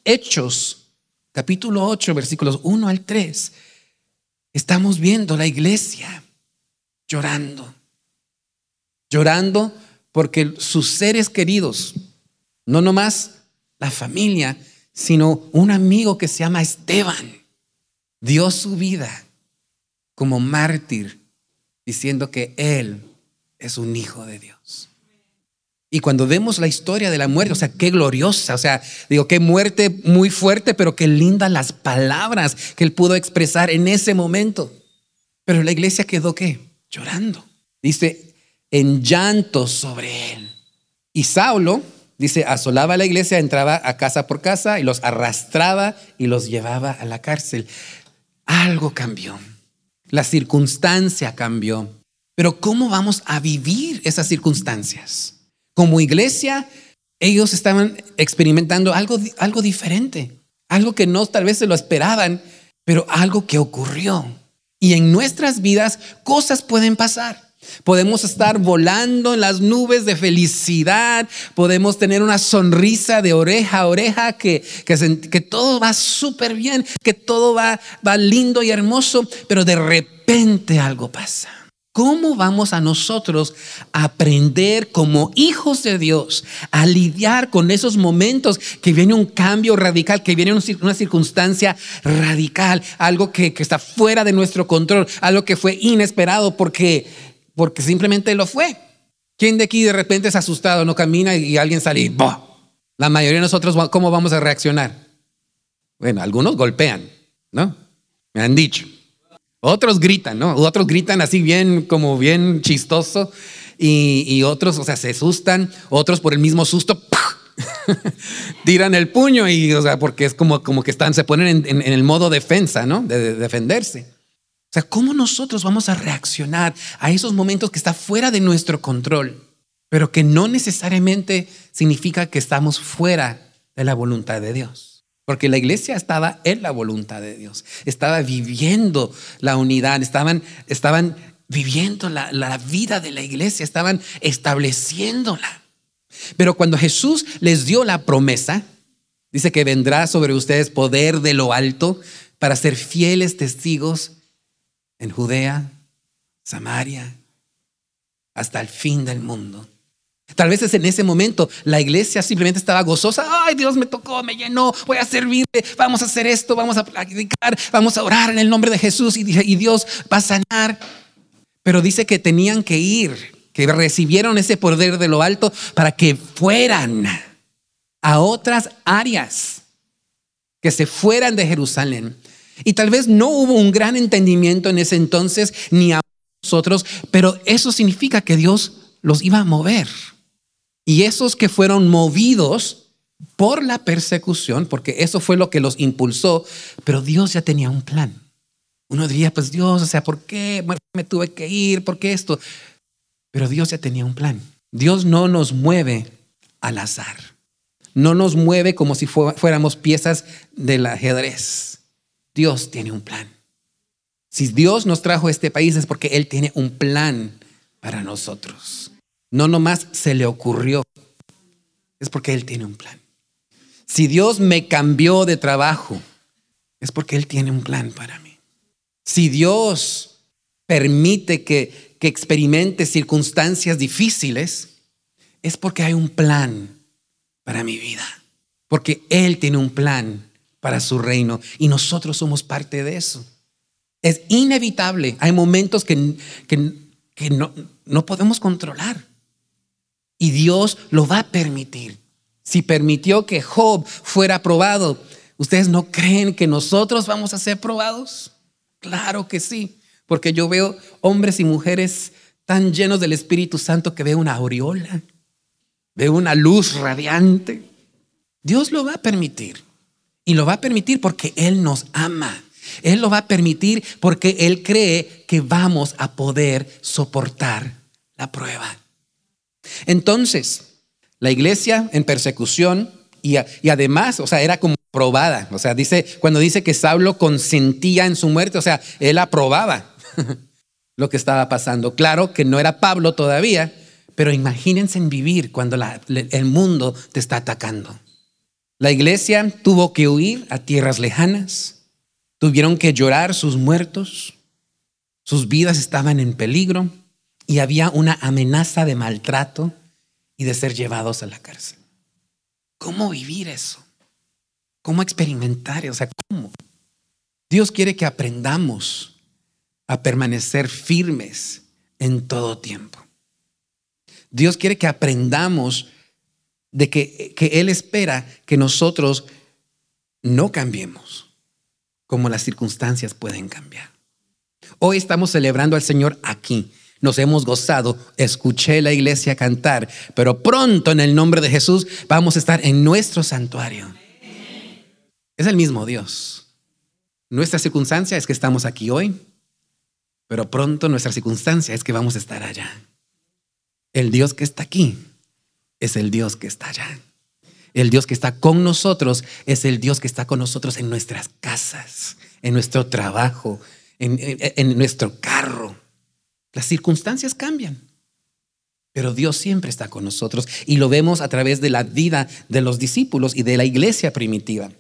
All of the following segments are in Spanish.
Hechos, capítulo 8, versículos 1 al 3, estamos viendo la iglesia llorando porque sus seres queridos, no nomás la familia, sino un amigo que se llama Esteban, dio su vida como mártir, diciendo que él es un hijo de Dios. Y cuando vemos la historia de la muerte, o sea, qué gloriosa, o sea, digo, qué muerte muy fuerte, pero qué lindas las palabras que él pudo expresar en ese momento. Pero la iglesia quedó, ¿qué? Llorando. Dice, en llanto sobre él. Y Saulo, dice, asolaba a la iglesia, entraba a casa por casa y los arrastraba y los llevaba a la cárcel. Algo cambió. La circunstancia cambió. Pero ¿cómo vamos a vivir esas circunstancias? Como iglesia, ellos estaban experimentando algo diferente. Algo que no tal vez se lo esperaban, pero algo que ocurrió. Y en nuestras vidas cosas pueden pasar. Podemos estar volando en las nubes de felicidad. Podemos tener una sonrisa de oreja a oreja, que todo va súper bien, que todo va lindo y hermoso, pero de repente algo pasa. ¿Cómo vamos a nosotros a aprender como hijos de Dios a lidiar con esos momentos que viene un cambio radical, que viene una circunstancia radical, algo que está fuera de nuestro control, algo que fue inesperado porque simplemente lo fue? ¿Quién de aquí de repente es asustado, no camina y alguien sale y ¡boh! La mayoría de nosotros, ¿cómo vamos a reaccionar? Bueno, algunos golpean, ¿no? Me han dicho. Otros gritan, ¿no? Otros gritan así bien chistoso y otros, o sea, se asustan. Otros por el mismo susto tiran el puño y, o sea, porque es como que se ponen en el modo defensa, ¿no? De defenderse. O sea, ¿cómo nosotros vamos a reaccionar a esos momentos que está fuera de nuestro control, pero que no necesariamente significa que estamos fuera de la voluntad de Dios? Porque la iglesia estaba en la voluntad de Dios, estaba viviendo la unidad, estaban viviendo la vida de la iglesia, estaban estableciéndola. Pero cuando Jesús les dio la promesa, dice que vendrá sobre ustedes poder de lo alto para ser fieles testigos en Judea, Samaria, hasta el fin del mundo. Tal vez en ese momento la iglesia simplemente estaba gozosa. Ay, Dios me tocó, me llenó, voy a servirle, vamos a hacer esto, vamos a practicar, vamos a orar en el nombre de Jesús y Dios va a sanar. Pero dice que tenían que ir, que recibieron ese poder de lo alto para que fueran a otras áreas, que se fueran de Jerusalén. Y tal vez no hubo un gran entendimiento en ese entonces, ni a nosotros, pero eso significa que Dios los iba a mover. Y esos que fueron movidos por la persecución, porque eso fue lo que los impulsó, pero Dios ya tenía un plan. Uno diría, pues Dios, o sea, ¿por qué me tuve que ir? ¿Por qué esto? Pero Dios ya tenía un plan. Dios no nos mueve al azar. No nos mueve como si fuéramos piezas del ajedrez. Dios tiene un plan. Si Dios nos trajo a este país es porque Él tiene un plan para nosotros. No nomás se le ocurrió, es porque Él tiene un plan. Si Dios me cambió de trabajo, es porque Él tiene un plan para mí. Si Dios permite que experimente circunstancias difíciles, es porque hay un plan para mi vida. Porque Él tiene un plan para su reino y nosotros somos parte de eso. Es inevitable. Hay momentos que no podemos controlar. Y Dios lo va a permitir. Si permitió que Job fuera probado, ¿ustedes no creen que nosotros vamos a ser probados? Claro que sí, porque yo veo hombres y mujeres tan llenos del Espíritu Santo que veo una aureola, veo una luz radiante. Dios lo va a permitir. Y lo va a permitir porque Él nos ama. Él lo va a permitir porque Él cree que vamos a poder soportar la prueba. Entonces, la iglesia en persecución y además, o sea, era como probada. O sea, cuando dice que Saulo consentía en su muerte, o sea, él aprobaba lo que estaba pasando. Claro que no era Pablo todavía, pero imagínense en vivir cuando el mundo te está atacando. La iglesia tuvo que huir a tierras lejanas, tuvieron que llorar sus muertos, sus vidas estaban en peligro y había una amenaza de maltrato y de ser llevados a la cárcel. ¿Cómo vivir eso? ¿Cómo experimentar? O sea, ¿cómo? Dios quiere que aprendamos a permanecer firmes en todo tiempo. Dios quiere que aprendamos de que Él espera que nosotros no cambiemos como las circunstancias pueden cambiar. Hoy estamos celebrando al Señor aquí. Nos hemos gozado, escuché la iglesia cantar, pero pronto en el nombre de Jesús vamos a estar en nuestro santuario. Es el mismo Dios. Nuestra circunstancia es que estamos aquí hoy, pero pronto nuestra circunstancia es que vamos a estar allá. El Dios que está aquí es el Dios que está allá. El Dios que está con nosotros es el Dios que está con nosotros en nuestras casas, en nuestro trabajo, en nuestro carro. Las circunstancias cambian, pero Dios siempre está con nosotros y lo vemos a través de la vida de los discípulos y de la iglesia primitiva.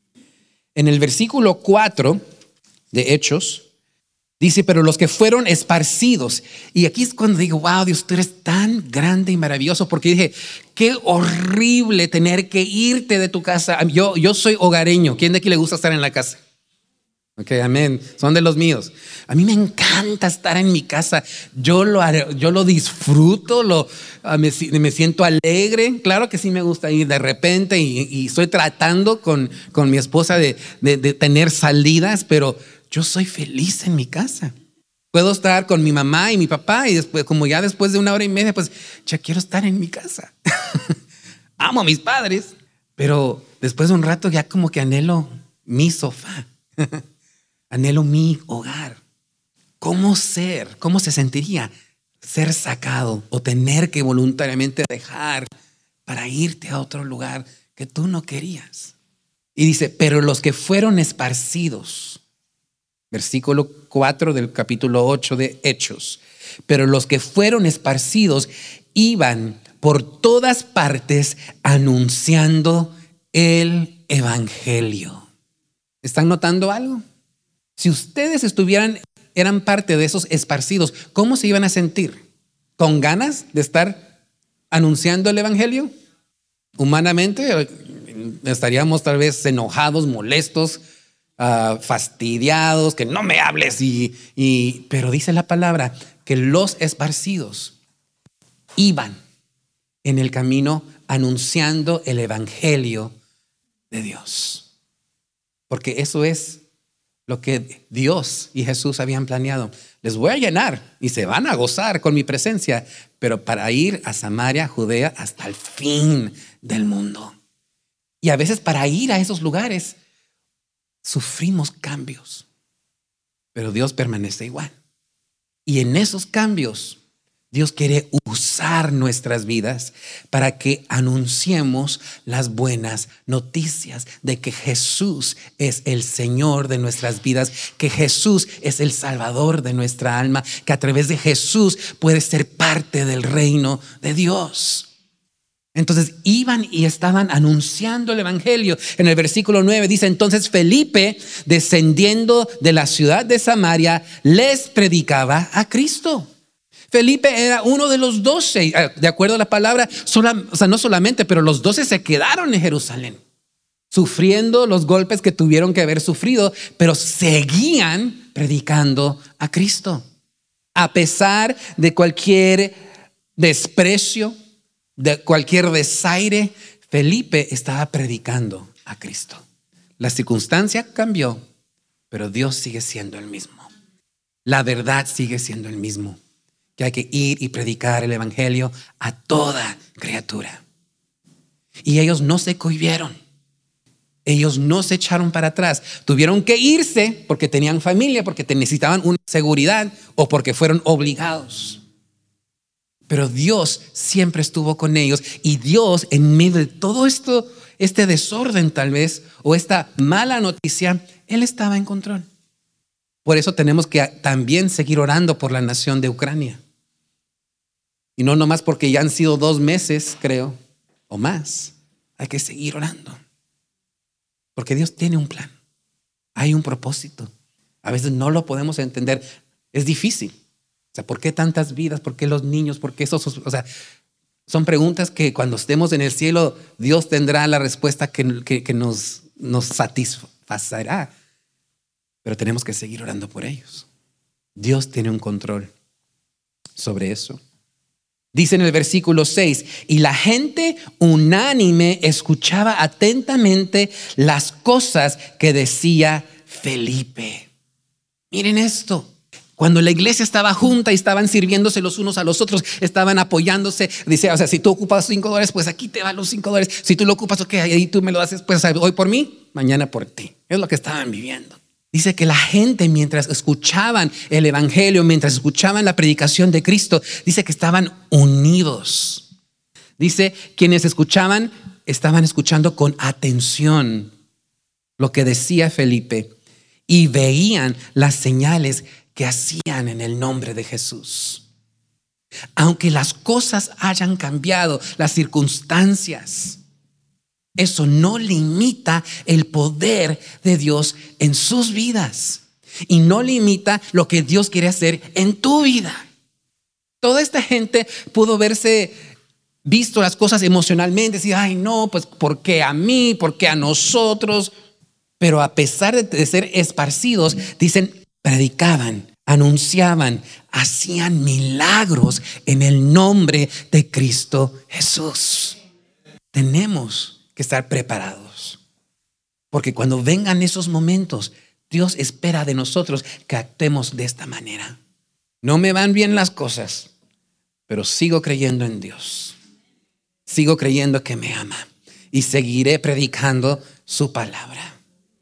En el versículo 4 de Hechos dice, pero los que fueron esparcidos. Y aquí es cuando digo, wow, Dios, tú eres tan grande y maravilloso, porque dije, qué horrible tener que irte de tu casa. Yo soy hogareño. ¿Quién de aquí le gusta estar en la casa? Ok, amén. Son de los míos. A mí me encanta estar en mi casa. Yo lo disfruto, me siento alegre. Claro que sí me gusta ir de repente y estoy tratando con mi esposa de tener salidas, pero yo soy feliz en mi casa. Puedo estar con mi mamá y mi papá y después, como ya después de 1 hora y media, pues ya quiero estar en mi casa. Amo a mis padres, pero después de un rato ya como que anhelo mi sofá. Anhelo mi hogar. ¿Cómo se sentiría ser sacado o tener que voluntariamente dejar para irte a otro lugar que tú no querías? Y dice, pero los que fueron esparcidos, versículo 4 del capítulo 8 de Hechos, pero los que fueron esparcidos iban por todas partes anunciando el evangelio. ¿Están notando algo? Si ustedes eran parte de esos esparcidos, ¿cómo se iban a sentir? ¿Con ganas de estar anunciando el evangelio? Humanamente estaríamos tal vez enojados, molestos, fastidiados, que no me hables. Pero dice la palabra que los esparcidos iban en el camino anunciando el evangelio de Dios. Porque eso es lo que Dios y Jesús habían planeado. Les voy a llenar y se van a gozar con mi presencia, pero para ir a Samaria, Judea, hasta el fin del mundo. Y a veces para ir a esos lugares sufrimos cambios, pero Dios permanece igual. Y en esos cambios Dios quiere usar nuestras vidas para que anunciemos las buenas noticias de que Jesús es el Señor de nuestras vidas, que Jesús es el Salvador de nuestra alma, que a través de Jesús puedes ser parte del reino de Dios. Entonces iban y estaban anunciando el evangelio. En el versículo 9 dice, entonces Felipe, descendiendo de la ciudad de Samaria, les predicaba a Cristo. Felipe era uno de los 12, de acuerdo a la palabra, no solamente, pero los 12 se quedaron en Jerusalén, sufriendo los golpes que tuvieron que haber sufrido, pero seguían predicando a Cristo. A pesar de cualquier desprecio, de cualquier desaire, Felipe estaba predicando a Cristo. La circunstancia cambió, pero Dios sigue siendo el mismo. La verdad sigue siendo el mismo. Que hay que ir y predicar el evangelio a toda criatura. Y ellos no se cohibieron. Ellos no se echaron para atrás. Tuvieron que irse porque tenían familia, porque necesitaban una seguridad o porque fueron obligados. Pero Dios siempre estuvo con ellos y Dios, en medio de todo esto, este desorden tal vez, o esta mala noticia, Él estaba en control. Por eso tenemos que también seguir orando por la nación de Ucrania. Y no nomás porque ya han sido 2 meses, creo, o más. Hay que seguir orando. Porque Dios tiene un plan. Hay un propósito. A veces no lo podemos entender. Es difícil. O sea, ¿por qué tantas vidas? ¿Por qué los niños? ¿Por qué esos? O sea, son preguntas que cuando estemos en el cielo, Dios tendrá la respuesta que nos satisfacerá. Pero tenemos que seguir orando por ellos. Dios tiene un control sobre eso. Dice en el versículo 6, y la gente unánime escuchaba atentamente las cosas que decía Felipe. Miren esto. Cuando la iglesia estaba junta y estaban sirviéndose los unos a los otros, estaban apoyándose. Dice, o sea, si tú ocupas $5, pues aquí te van los $5. Si tú lo ocupas, ok, ahí tú me lo haces, pues hoy por mí, mañana por ti. Es lo que estaban viviendo. Dice que la gente, mientras escuchaban el evangelio, mientras escuchaban la predicación de Cristo, dice que estaban unidos. Dice, quienes escuchaban, estaban escuchando con atención lo que decía Felipe y veían las señales que hacían en el nombre de Jesús. Aunque las cosas hayan cambiado, las circunstancias, eso no limita el poder de Dios en sus vidas y no limita lo que Dios quiere hacer en tu vida. Toda esta gente pudo verse visto las cosas emocionalmente, decir, ay no, pues ¿por qué a mí? ¿Por qué a nosotros? Pero a pesar de ser esparcidos, dicen, predicaban, anunciaban, hacían milagros en el nombre de Cristo Jesús. Tenemos que estar preparados, porque cuando vengan esos momentos, Dios espera de nosotros que actuemos de esta manera. No me van bien las cosas, pero sigo creyendo en Dios. Sigo creyendo que me ama y seguiré predicando su palabra.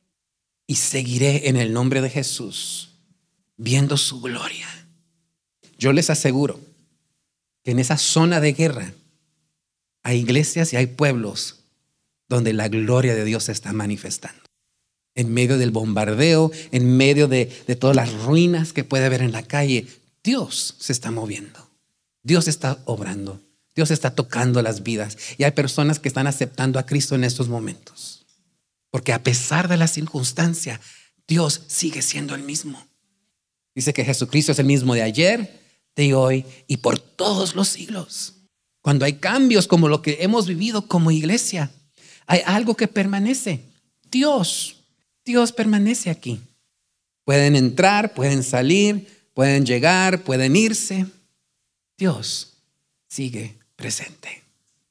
Y seguiré en el nombre de Jesús viendo su gloria. Yo les aseguro que en esa zona de guerra hay iglesias y hay pueblos donde la gloria de Dios se está manifestando. En medio del bombardeo, en medio de todas las ruinas que puede haber en la calle, Dios se está moviendo. Dios está obrando. Dios está tocando las vidas. Y hay personas que están aceptando a Cristo en estos momentos. Porque a pesar de la circunstancia, Dios sigue siendo el mismo. Dice que Jesucristo es el mismo de ayer, de hoy y por todos los siglos. Cuando hay cambios como lo que hemos vivido como iglesia, hay algo que permanece. Dios permanece aquí. Pueden entrar, pueden salir, pueden llegar, pueden irse. Dios sigue presente.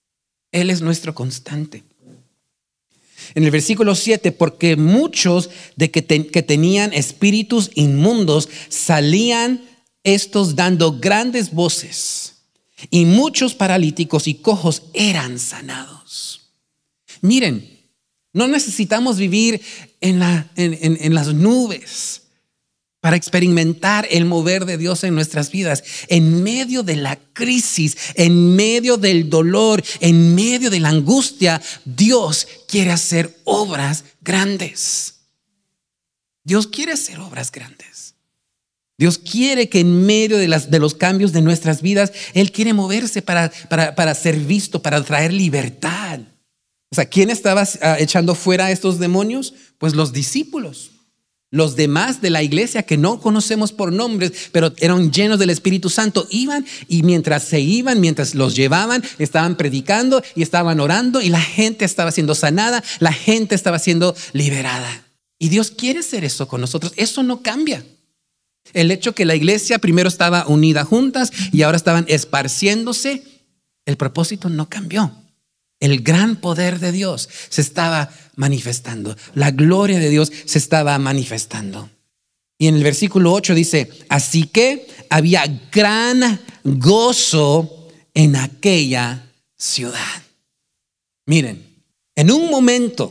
Él es nuestro constante. En el versículo 7, porque muchos de que tenían espíritus inmundos salían estos dando grandes voces, y muchos paralíticos y cojos eran sanados. Miren, no necesitamos vivir en las nubes para experimentar el mover de Dios en nuestras vidas. En medio de la crisis, en medio del dolor, en medio de la angustia, Dios quiere hacer obras grandes. Dios quiere hacer obras grandes. Dios quiere que en medio de los cambios de nuestras vidas, Él quiere moverse para ser visto, para traer libertad. O sea, ¿quién estaba echando fuera a estos demonios? Pues los discípulos. Los demás de la iglesia que no conocemos por nombres, pero eran llenos del Espíritu Santo, iban y mientras los llevaban, estaban predicando y estaban orando y la gente estaba siendo sanada, la gente estaba siendo liberada. Y Dios quiere hacer eso con nosotros. Eso no cambia. El hecho que la iglesia primero estaba unida juntas y ahora estaban esparciéndose, el propósito no cambió. El gran poder de Dios se estaba manifestando. La gloria de Dios se estaba manifestando. Y en el versículo 8 dice, así que había gran gozo en aquella ciudad. Miren, en un momento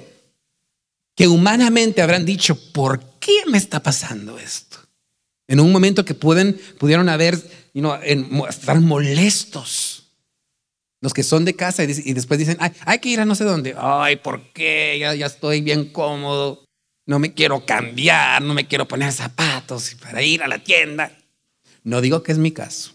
que humanamente habrán dicho, ¿por qué me está pasando esto? En un momento que pudieron haber, estar molestos. Los que son de casa y después dicen, hay que ir a no sé dónde. Ay, ¿por qué? Ya estoy bien cómodo. No me quiero cambiar, no me quiero poner zapatos para ir a la tienda. No digo que es mi caso.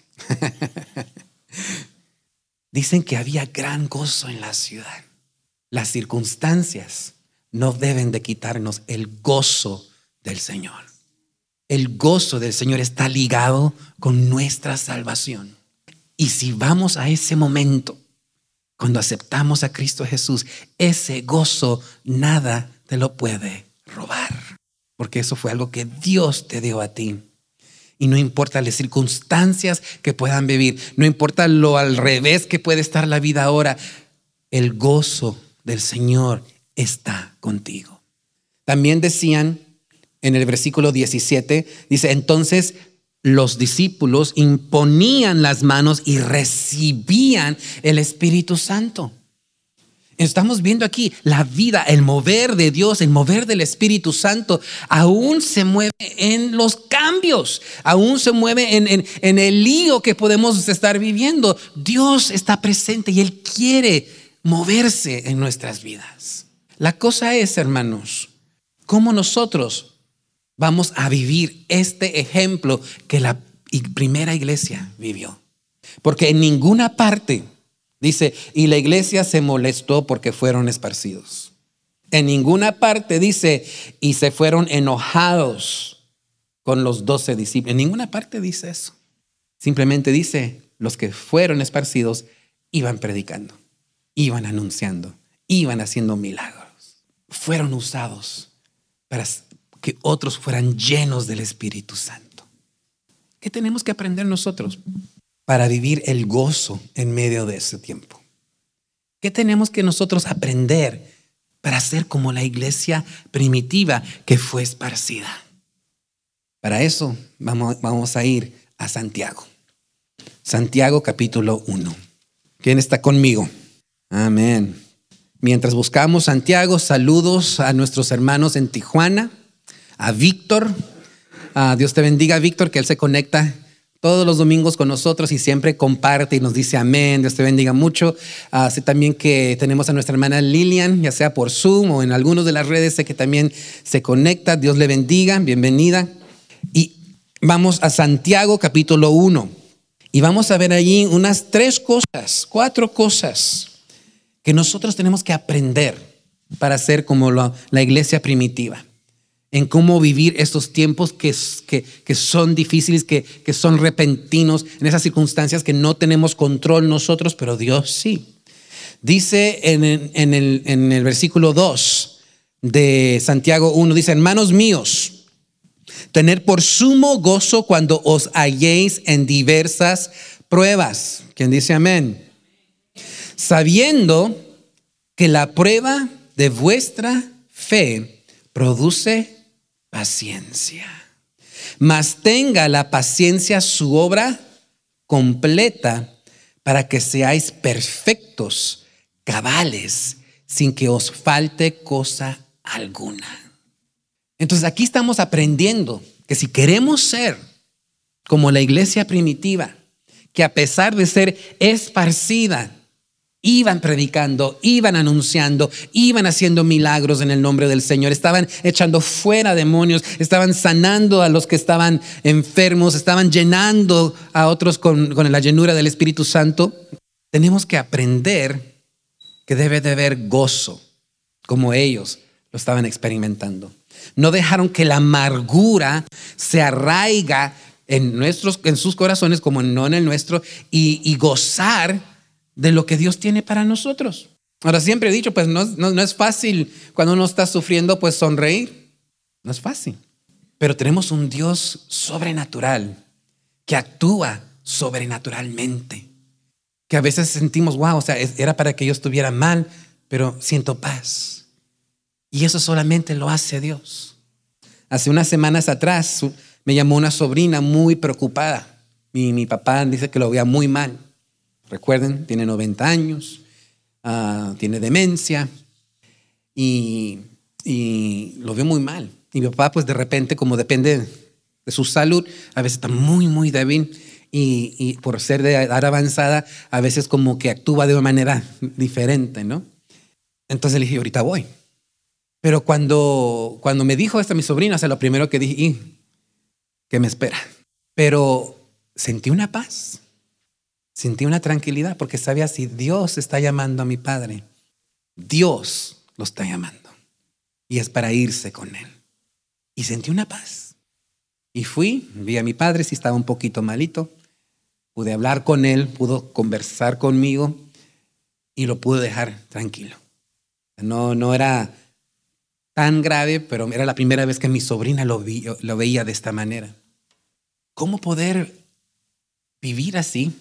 Dicen que había gran gozo en la ciudad. Las circunstancias no deben de quitarnos el gozo del Señor. El gozo del Señor está ligado con nuestra salvación. Y si vamos a ese momento, cuando aceptamos a Cristo Jesús, ese gozo nada te lo puede robar. Porque eso fue algo que Dios te dio a ti. Y no importa las circunstancias que puedan vivir, no importa lo al revés que puede estar la vida ahora, el gozo del Señor está contigo. También decían en el versículo 17, dice, entonces los discípulos imponían las manos y recibían el Espíritu Santo. Estamos viendo aquí la vida, el mover de Dios, el mover del Espíritu Santo, aún se mueve en los cambios, aún se mueve en el lío que podemos estar viviendo. Dios está presente y Él quiere moverse en nuestras vidas. La cosa es, hermanos, cómo nosotros vamos a vivir este ejemplo que la primera iglesia vivió. Porque en ninguna parte dice, y la iglesia se molestó porque fueron esparcidos. En ninguna parte dice, y se fueron enojados con los 12 discípulos. En ninguna parte dice eso. Simplemente dice, los que fueron esparcidos iban predicando, iban anunciando, iban haciendo milagros. Fueron usados para que otros fueran llenos del Espíritu Santo. ¿Qué tenemos que aprender nosotros para vivir el gozo en medio de ese tiempo? ¿Qué tenemos que nosotros aprender para ser como la iglesia primitiva que fue esparcida? Para eso vamos a ir a Santiago. Santiago capítulo 1. ¿Quién está conmigo? Amén. Mientras buscamos Santiago, saludos a nuestros hermanos en Tijuana, a Víctor. Dios te bendiga, Víctor, que él se conecta todos los domingos con nosotros y siempre comparte y nos dice amén. Dios te bendiga mucho. Sé también que tenemos a nuestra hermana Lilian, ya sea por Zoom o en algunas de las redes, sé que también se conecta. Dios le bendiga, bienvenida. Y vamos a Santiago capítulo 1 y vamos a ver allí unas 4 cosas que nosotros tenemos que aprender para ser como la iglesia primitiva. En cómo vivir estos tiempos que son difíciles, que son repentinos, en esas circunstancias que no tenemos control nosotros, pero Dios sí. Dice en el versículo 2 de Santiago 1, dice, hermanos míos, tener por sumo gozo cuando os halléis en diversas pruebas. ¿Quién dice amén? Sabiendo que la prueba de vuestra fe produce paciencia. Mas tenga la paciencia su obra completa para que seáis perfectos, cabales, sin que os falte cosa alguna. Entonces aquí estamos aprendiendo que si queremos ser como la iglesia primitiva, que a pesar de ser esparcida, iban predicando, iban anunciando, iban haciendo milagros en el nombre del Señor, estaban echando fuera demonios, estaban sanando a los que estaban enfermos, estaban llenando a otros con la llenura del Espíritu Santo. Tenemos que aprender que debe de haber gozo, como ellos lo estaban experimentando. No dejaron que la amargura se arraiga en sus corazones como no en el nuestro y gozar de lo que Dios tiene para nosotros. Ahora siempre he dicho, pues no es fácil cuando uno está sufriendo, pues sonreír. No es fácil. Pero tenemos un Dios sobrenatural que actúa sobrenaturalmente. Que a veces sentimos, wow, o sea, era para que yo estuviera mal, pero siento paz. Y eso solamente lo hace Dios. Hace unas semanas atrás me llamó una sobrina muy preocupada. Mi papá dice que lo veía muy mal. Recuerden, tiene 90 años, tiene demencia y lo veo muy mal. Y mi papá, pues de repente, como depende de su salud, a veces está muy, muy débil y por ser de edad avanzada, a veces como que actúa de una manera diferente, ¿no? Entonces le dije, ahorita voy. Pero cuando me dijo esto mi sobrina, o sea, lo primero que dije, ¿qué me espera? Pero sentí una paz. Sentí una tranquilidad porque sabía si Dios está llamando a mi padre, Dios lo está llamando. y es para irse con Él. Y sentí una paz. Y fui, vi a mi padre, si estaba un poquito malito. Pude hablar con él, pudo conversar conmigo y lo pude dejar tranquilo. No era tan grave, pero era la primera vez que mi sobrina lo veía de esta manera. ¿Cómo poder vivir así?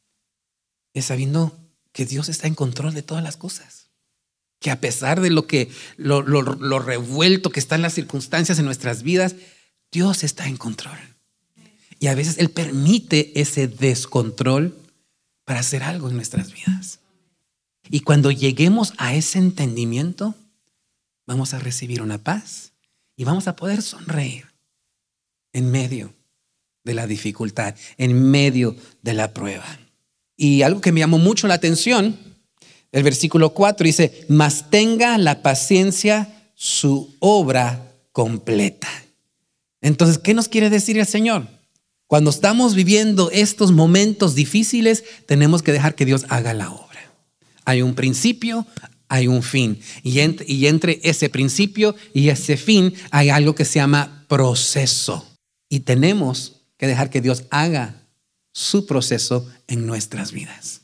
Es sabiendo que Dios está en control de todas las cosas. Que a pesar de lo revuelto que están las circunstancias en nuestras vidas, Dios está en control. Y a veces Él permite ese descontrol para hacer algo en nuestras vidas. Y cuando lleguemos a ese entendimiento, vamos a recibir una paz y vamos a poder sonreír en medio de la dificultad, en medio de la prueba. Y algo que me llamó mucho la atención, el versículo 4 dice, mas tenga la paciencia su obra completa. Entonces, ¿qué nos quiere decir el Señor? Cuando estamos viviendo estos momentos difíciles, tenemos que dejar que Dios haga la obra. Hay un principio, hay un fin. Y entre ese principio y ese fin hay algo que se llama proceso. Y tenemos que dejar que Dios haga su proceso en nuestras vidas.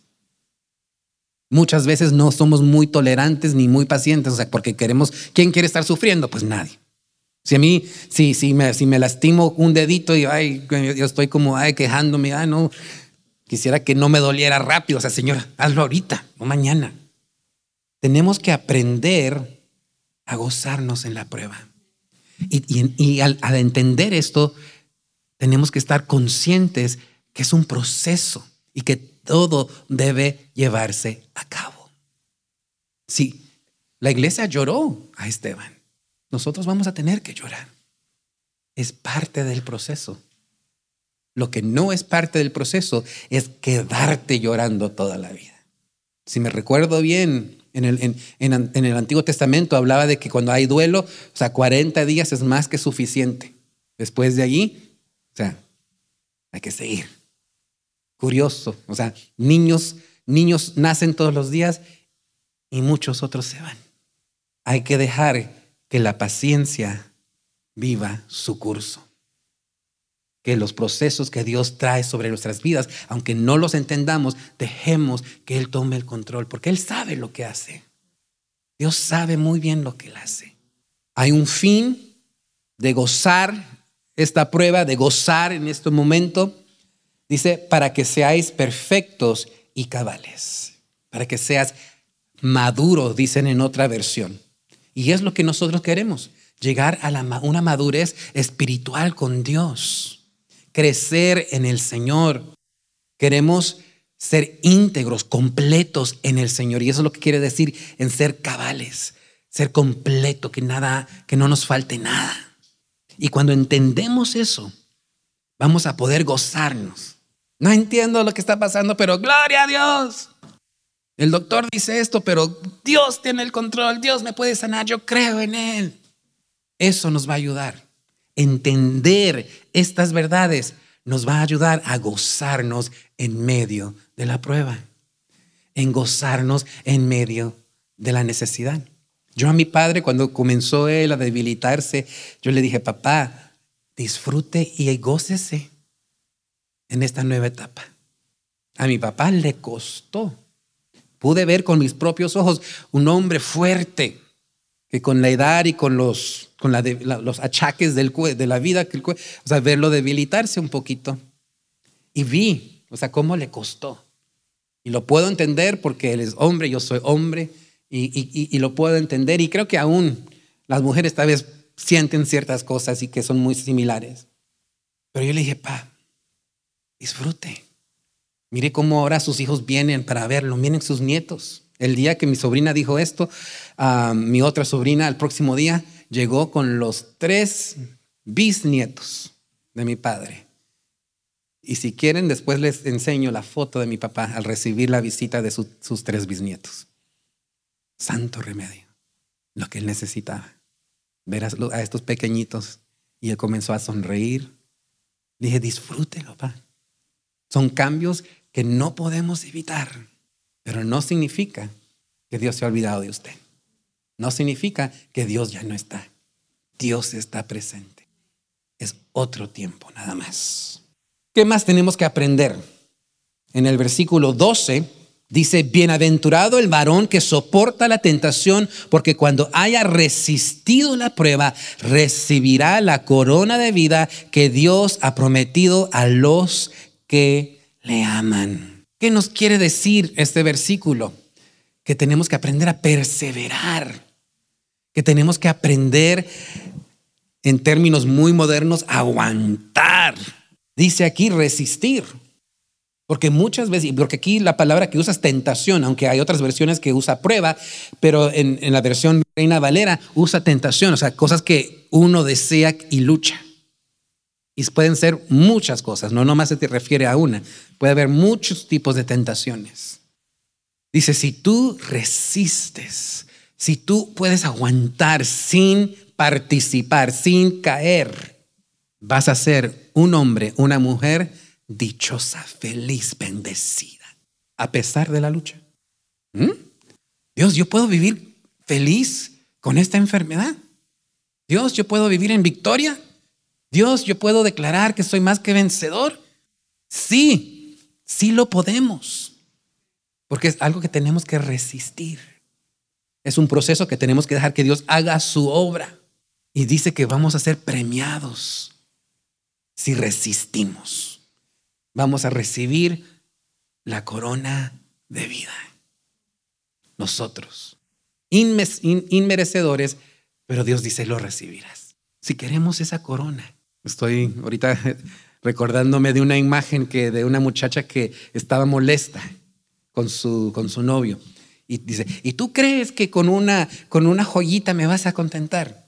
Muchas veces no somos muy tolerantes ni muy pacientes, porque ¿quién quiere estar sufriendo? Pues nadie. Si me lastimo un dedito y yo estoy como quejándome, no, quisiera que no me doliera rápido. O sea, Señor, hazlo ahorita, no mañana. Tenemos que aprender a gozarnos en la prueba. Y al entender esto, tenemos que estar conscientes que es un proceso y que todo debe llevarse a cabo. Sí, la iglesia lloró a Esteban. Nosotros vamos a tener que llorar. Es parte del proceso. Lo que no es parte del proceso es quedarte llorando toda la vida. Si me recuerdo bien, en el Antiguo Testamento hablaba de que cuando hay duelo, 40 días es más que suficiente. Después de allí, hay que seguir. Curioso, niños nacen todos los días y muchos otros se van. Hay que dejar que la paciencia viva su curso. Que los procesos que Dios trae sobre nuestras vidas, aunque no los entendamos, dejemos que Él tome el control, porque Él sabe lo que hace. Dios sabe muy bien lo que Él hace. Hay un fin de gozar esta prueba, de gozar en este momento. Dice, para que seáis perfectos y cabales. Para que seas maduro, dicen en otra versión. Y es lo que nosotros queremos, llegar a una madurez espiritual con Dios, crecer en el Señor. Queremos ser íntegros, completos en el Señor. Y eso es lo que quiere decir en ser cabales, ser completo, que no nos falte nada. Y cuando entendemos eso, vamos a poder gozarnos. No entiendo lo que está pasando, pero gloria a Dios. El doctor dice esto, pero Dios tiene el control. Dios me puede sanar. Yo creo en Él. Eso nos va a ayudar. Entender estas verdades nos va a ayudar a gozarnos en medio de la prueba. En gozarnos en medio de la necesidad. Yo a mi padre, cuando comenzó él a debilitarse, yo le dije, papá, disfrute y gócese en esta nueva etapa. A mi papá le costó. Pude ver con mis propios ojos un hombre fuerte que con la edad y con los achaques de la vida, verlo debilitarse un poquito. Y vi, cómo le costó. Y lo puedo entender porque él es hombre, yo soy hombre, y lo puedo entender. Y creo que aún las mujeres tal vez sienten ciertas cosas y que son muy similares. Pero yo le dije, pa, disfrute. Mire cómo ahora sus hijos vienen para verlo, vienen sus nietos. El día que mi sobrina dijo esto, mi otra sobrina al próximo día llegó con los 3 bisnietos de mi padre. Y si quieren, después les enseño la foto de mi papá al recibir la visita de sus 3 bisnietos. Santo remedio, lo que él necesitaba. Ver a estos pequeñitos. Y él comenzó a sonreír. Dije, disfrútelo, papá. Son cambios que no podemos evitar, pero no significa que Dios se ha olvidado de usted. no significa que Dios ya no está. Dios está presente. Es otro tiempo nada más. ¿Qué más tenemos que aprender? En el versículo 12 dice, bienaventurado el varón que soporta la tentación, porque cuando haya resistido la prueba, recibirá la corona de vida que Dios ha prometido a los que le aman. ¿Qué nos quiere decir este versículo? Que tenemos que aprender a perseverar, que tenemos que aprender, en términos muy modernos, a aguantar. Dice aquí resistir. Porque muchas veces, porque aquí la palabra que usa es tentación, aunque hay otras versiones que usa prueba, pero en la versión Reina Valera usa tentación, o sea, cosas que uno desea y lucha. Y pueden ser muchas cosas, no nomás se te refiere a una. Puede haber muchos tipos de tentaciones. Dice, si tú resistes, si tú puedes aguantar sin participar, sin caer, vas a ser un hombre, una mujer dichosa, feliz, bendecida, a pesar de la lucha. Dios, yo puedo vivir feliz con esta enfermedad. Dios, yo puedo vivir en victoria. Dios, yo puedo declarar que soy más que vencedor. Sí, sí lo podemos. Porque es algo que tenemos que resistir. Es un proceso que tenemos que dejar que Dios haga su obra. Y dice que vamos a ser premiados si resistimos. Vamos a recibir la corona de vida. Nosotros, inmerecedores, pero Dios dice, lo recibirás. Si queremos esa corona. Estoy ahorita recordándome de una imagen de una muchacha que estaba molesta con su novio. Y dice, ¿y tú crees que con una joyita me vas a contentar?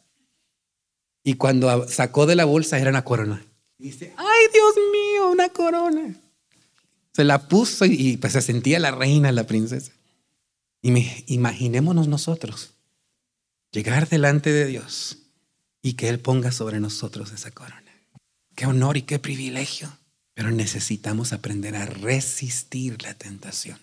Y cuando sacó de la bolsa era una corona. Y dice, ¡ay, Dios mío, una corona! Se la puso y pues se sentía la reina, la princesa. Imaginémonos nosotros llegar delante de Dios y que Él ponga sobre nosotros esa corona. ¡Qué honor y qué privilegio! Pero necesitamos aprender a resistir la tentación.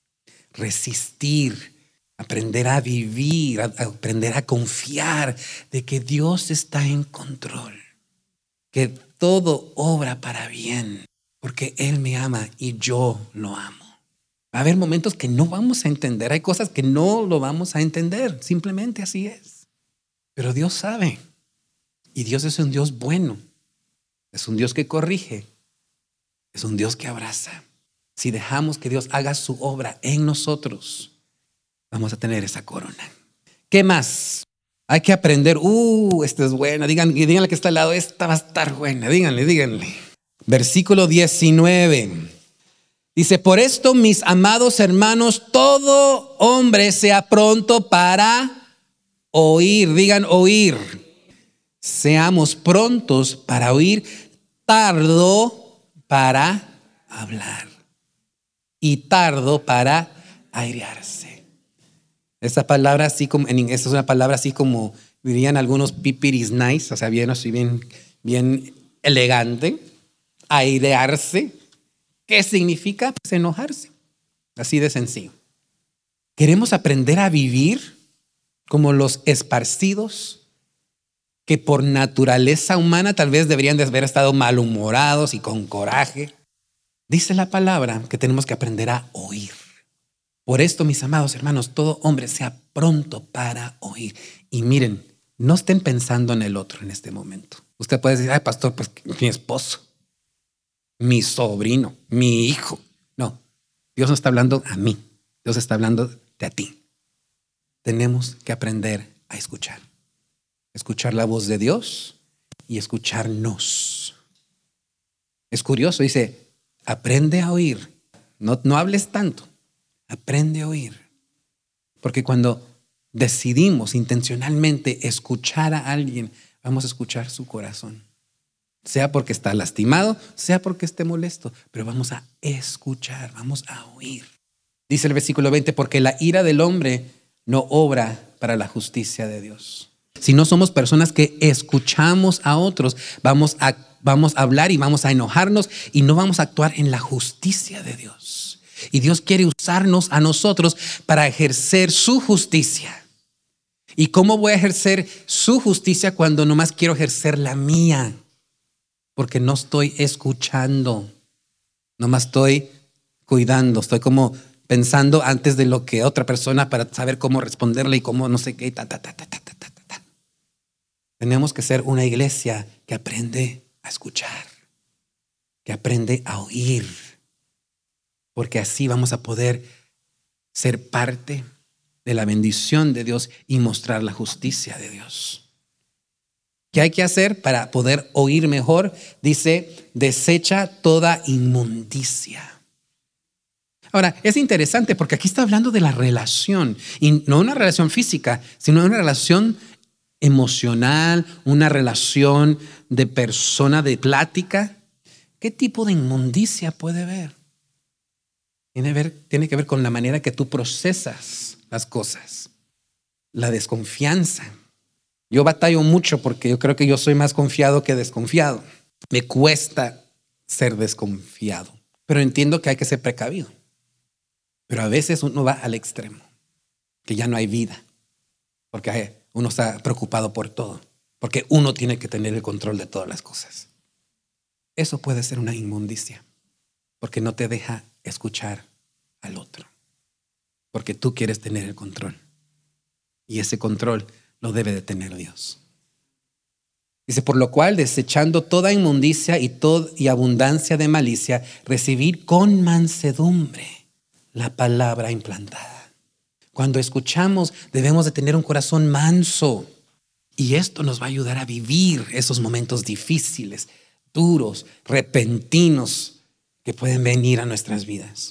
Resistir, aprender a vivir, aprender a confiar de que Dios está en control, que todo obra para bien, porque Él me ama y yo lo amo. Va a haber momentos que no vamos a entender, hay cosas que no lo vamos a entender, simplemente así es. Pero Dios sabe, y Dios es un Dios bueno, es un Dios que corrige, es un Dios que abraza. Si dejamos que Dios haga su obra en nosotros, vamos a tener esa corona. ¿Qué más? Hay que aprender. Esta es buena. Díganle que está al lado, esta va a estar buena. Díganle. Versículo 19. Dice, por esto, mis amados hermanos, todo hombre sea pronto para oír. Digan oír. Seamos prontos para oír, tardo para hablar y tardo para airearse. Esa palabra así como en inglés es una palabra así como dirían algunos, pipir is nice, o sea, bien así, bien elegante. Airearse. ¿Qué significa? Pues enojarse. Así de sencillo. Queremos aprender a vivir como los esparcidos que por naturaleza humana tal vez deberían de haber estado malhumorados y con coraje. Dice la palabra que tenemos que aprender a oír. Por esto, mis amados hermanos, todo hombre sea pronto para oír. Y miren, no estén pensando en el otro en este momento. Usted puede decir, ay, pastor, pues mi esposo, mi sobrino, mi hijo. No, Dios no está hablando a mí. Dios está hablando de a ti. Tenemos que aprender a escuchar. Escuchar la voz de Dios y escucharnos. Es curioso, dice, aprende a oír. No hables tanto. Aprende a oír. Porque cuando decidimos intencionalmente escuchar a alguien, vamos a escuchar su corazón. Sea porque está lastimado, sea porque esté molesto. Pero vamos a escuchar, vamos a oír. Dice el versículo 20, porque la ira del hombre no obra para la justicia de Dios. Si no somos personas que escuchamos a otros, vamos a hablar y vamos a enojarnos y no vamos a actuar en la justicia de Dios. Y Dios quiere usarnos a nosotros para ejercer su justicia. ¿Y cómo voy a ejercer su justicia cuando nomás quiero ejercer la mía? Porque no estoy escuchando, nomás estoy cuidando, estoy como pensando antes de lo que otra persona para saber cómo responderle y cómo no sé qué. Tenemos que ser una iglesia que aprende a escuchar, que aprende a oír, porque así vamos a poder ser parte de la bendición de Dios y mostrar la justicia de Dios. ¿Qué hay que hacer para poder oír mejor? Dice, desecha toda inmundicia. Ahora, es interesante porque aquí está hablando de la relación, y no una relación física, sino una relación emocional, una relación de persona, de plática. ¿Qué tipo de inmundicia puede haber? Tiene que ver con la manera que tú procesas las cosas, la desconfianza. Yo batallo mucho porque yo creo que yo soy más confiado que desconfiado. Me cuesta ser desconfiado, pero entiendo que hay que ser precavido. Pero a veces uno va al extremo, que ya no hay vida, porque uno está preocupado por todo, porque uno tiene que tener el control de todas las cosas. Eso puede ser una inmundicia, porque no te deja escuchar al otro, porque tú quieres tener el control, y ese control lo debe de tener Dios. Dice, por lo cual, desechando toda inmundicia y abundancia de malicia, recibir con mansedumbre la palabra implantada. Cuando escuchamos, debemos de tener un corazón manso, y esto nos va a ayudar a vivir esos momentos difíciles, duros, repentinos que pueden venir a nuestras vidas.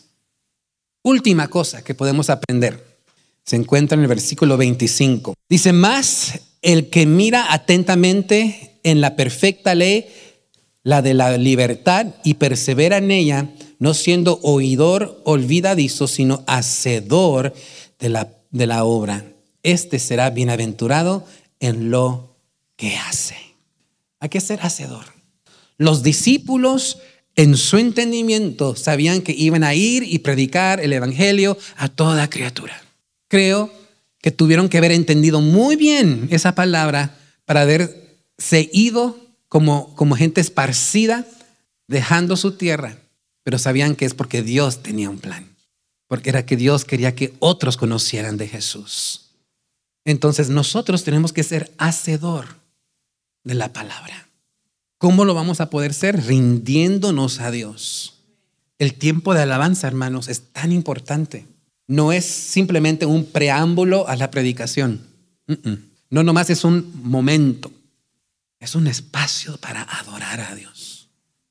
Última cosa que podemos aprender se encuentra en el versículo 25. Dice, mas el que mira atentamente en la perfecta ley, la de la libertad, y persevera en ella, no siendo oidor olvidadizo, sino hacedor de la obra, este será bienaventurado en lo que hace. Hay que ser hacedor. Los discípulos, en su entendimiento, sabían que iban a ir y predicar el evangelio a toda criatura. Creo que tuvieron que haber entendido muy bien esa palabra para haberse ido como gente esparcida, dejando su tierra. Pero sabían que es porque Dios tenía un plan, porque era que Dios quería que otros conocieran de Jesús. Entonces nosotros tenemos que ser hacedor de la palabra. ¿Cómo lo vamos a poder ser? Rindiéndonos a Dios. El tiempo de alabanza, hermanos, es tan importante. No es simplemente un preámbulo a la predicación. No nomás es un momento. Es un espacio para adorar a Dios.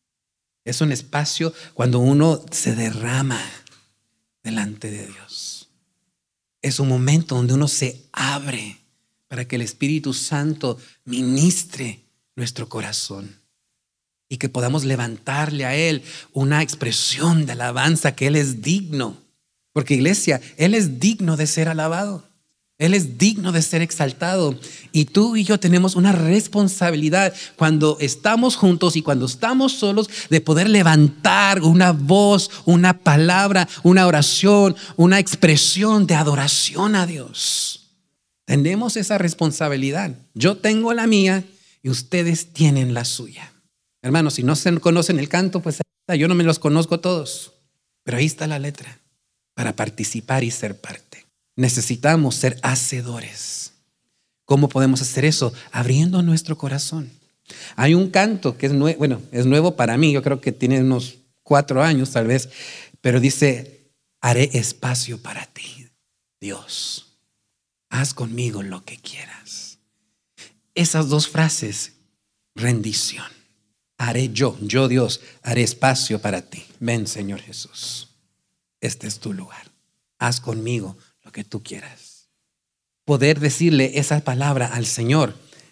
Es un espacio cuando uno se derrama delante de Dios. Es un momento donde uno se abre para que el Espíritu Santo ministre nuestro corazón y que podamos levantarle a Él una expresión de alabanza, que Él es digno. Porque, iglesia, Él es digno de ser alabado. Él es digno de ser exaltado. Y tú y yo tenemos una responsabilidad cuando estamos juntos y cuando estamos solos de poder levantar una voz, una palabra, una oración, una expresión de adoración a Dios. Tenemos esa responsabilidad. Yo tengo la mía y ustedes tienen la suya. Hermanos, si no se conocen el canto, pues yo no me los conozco todos. Pero ahí está la letra. Para participar y ser parte. Necesitamos ser hacedores. ¿Cómo podemos hacer eso? Abriendo nuestro corazón. Hay un canto que es nuevo, es nuevo para mí, yo creo que tiene unos 4 años tal vez, pero dice, haré espacio para ti, Dios. Haz conmigo lo que quieras. Esas 2 frases, rendición. Haré yo Dios, haré espacio para ti. Ven, Señor Jesús. Este es tu lugar. Haz conmigo lo que tú quieras. Poder decirle esa palabra al Señor.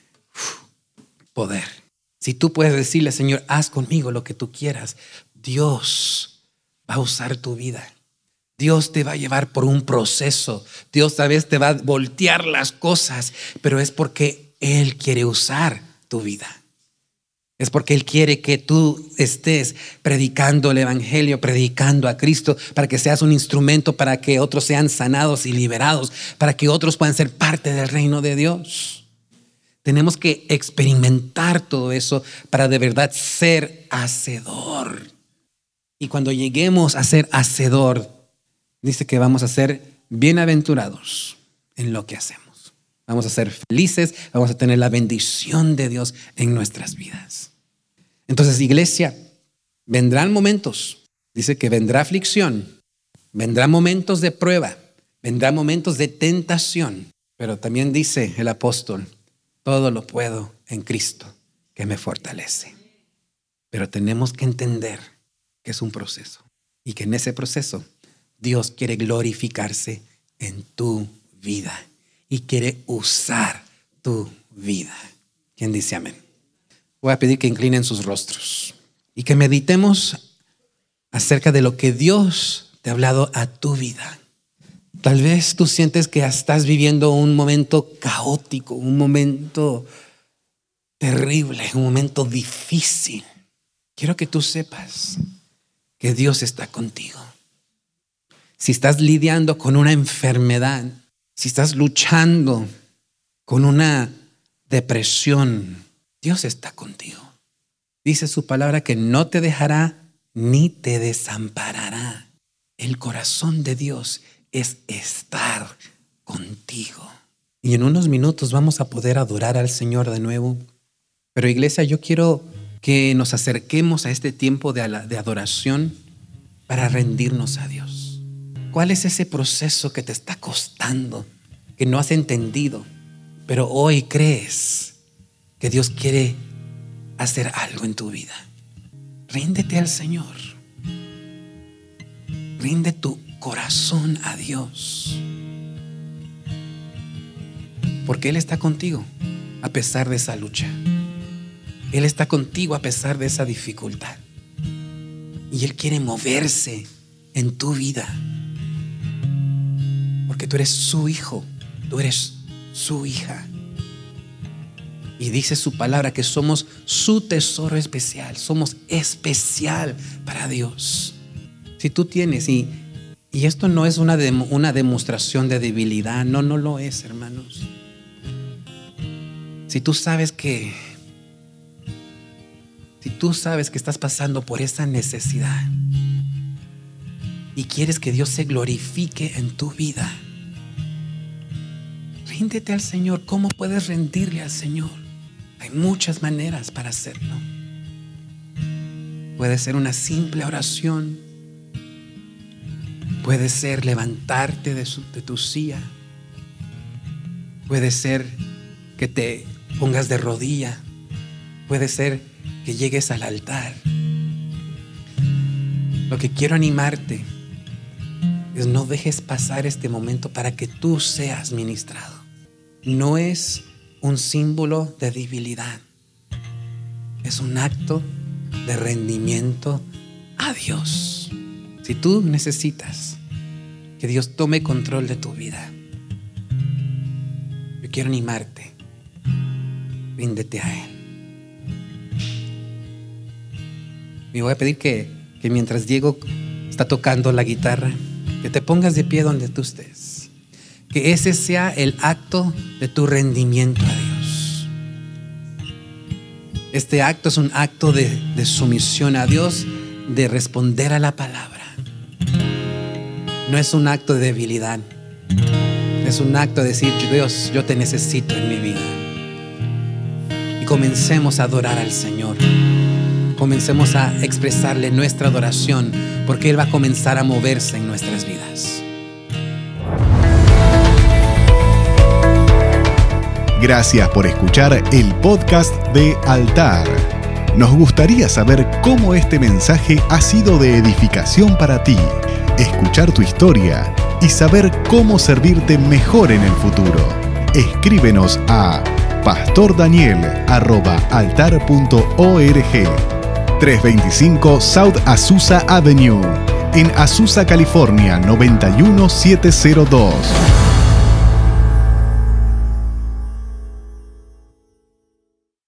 Poder. Si tú puedes decirle, Señor, haz conmigo lo que tú quieras, Dios va a usar tu vida. Dios te va a llevar por un proceso. Dios tal vez te va a voltear las cosas, pero es porque Él quiere usar tu vida. Es porque Él quiere que tú estés predicando el evangelio, predicando a Cristo, para que seas un instrumento para que otros sean sanados y liberados, para que otros puedan ser parte del reino de Dios. Tenemos que experimentar todo eso para de verdad ser hacedor. Y cuando lleguemos a ser hacedor, dice que vamos a ser bienaventurados en lo que hacemos. Vamos a ser felices, vamos a tener la bendición de Dios en nuestras vidas. Entonces, iglesia, vendrán momentos, dice que vendrá aflicción, vendrán momentos de prueba, vendrán momentos de tentación, pero también dice el apóstol, todo lo puedo en Cristo que me fortalece. Pero tenemos que entender que es un proceso y que en ese proceso Dios quiere glorificarse en tu vida y quiere usar tu vida. ¿Quién dice amén? Voy a pedir que inclinen sus rostros y que meditemos acerca de lo que Dios te ha hablado a tu vida. Tal vez tú sientes que estás viviendo un momento caótico, un momento terrible, un momento difícil. Quiero que tú sepas que Dios está contigo. Si estás lidiando con una enfermedad, si estás luchando con una depresión, Dios está contigo. Dice su palabra que no te dejará ni te desamparará. El corazón de Dios es estar contigo. Y en unos minutos vamos a poder adorar al Señor de nuevo. Pero iglesia, yo quiero que nos acerquemos a este tiempo de adoración para rendirnos a Dios. ¿Cuál es ese proceso que te está costando, que no has entendido, pero hoy crees que Dios quiere hacer algo en tu vida? Ríndete al Señor. Rinde tu corazón a Dios. Porque Él está contigo a pesar de esa lucha. Él está contigo a pesar de esa dificultad. Y Él quiere moverse en tu vida. Porque tú eres su hijo, tú eres su hija. Y dice su palabra que somos su tesoro especial. Somos especial para Dios. Si tú tienes, y esto no es una demostración de debilidad, no lo es, hermanos. Si tú sabes que estás pasando por esa necesidad y quieres que Dios se glorifique en tu vida, ríndete al Señor. ¿Cómo puedes rendirle al Señor? Hay muchas maneras para hacerlo. Puede ser una simple oración. Puede ser levantarte de tu silla. Puede ser que te pongas de rodilla. Puede ser que llegues al altar. Lo que quiero animarte es no dejes pasar este momento para que tú seas ministrado. No es un símbolo de debilidad. Es un acto de rendimiento a Dios. Si tú necesitas que Dios tome control de tu vida, yo quiero animarte. Ríndete a Él. Me voy a pedir que mientras Diego está tocando la guitarra, que te pongas de pie donde tú estés. Que ese sea el acto de tu rendimiento a Dios. Este acto es un acto de sumisión a Dios, de responder a la palabra. No es un acto de debilidad. Es un acto de decir: Dios, yo te necesito en mi vida. Y comencemos a adorar al Señor. Comencemos a expresarle nuestra adoración, porque Él va a comenzar a moverse en nuestras vidas. Gracias por escuchar el podcast de Altar. Nos gustaría saber cómo este mensaje ha sido de edificación para ti, escuchar tu historia y saber cómo servirte mejor en el futuro. Escríbenos a pastordaniel@altar.org, 325 South Azusa Avenue, en Azusa, California 91702.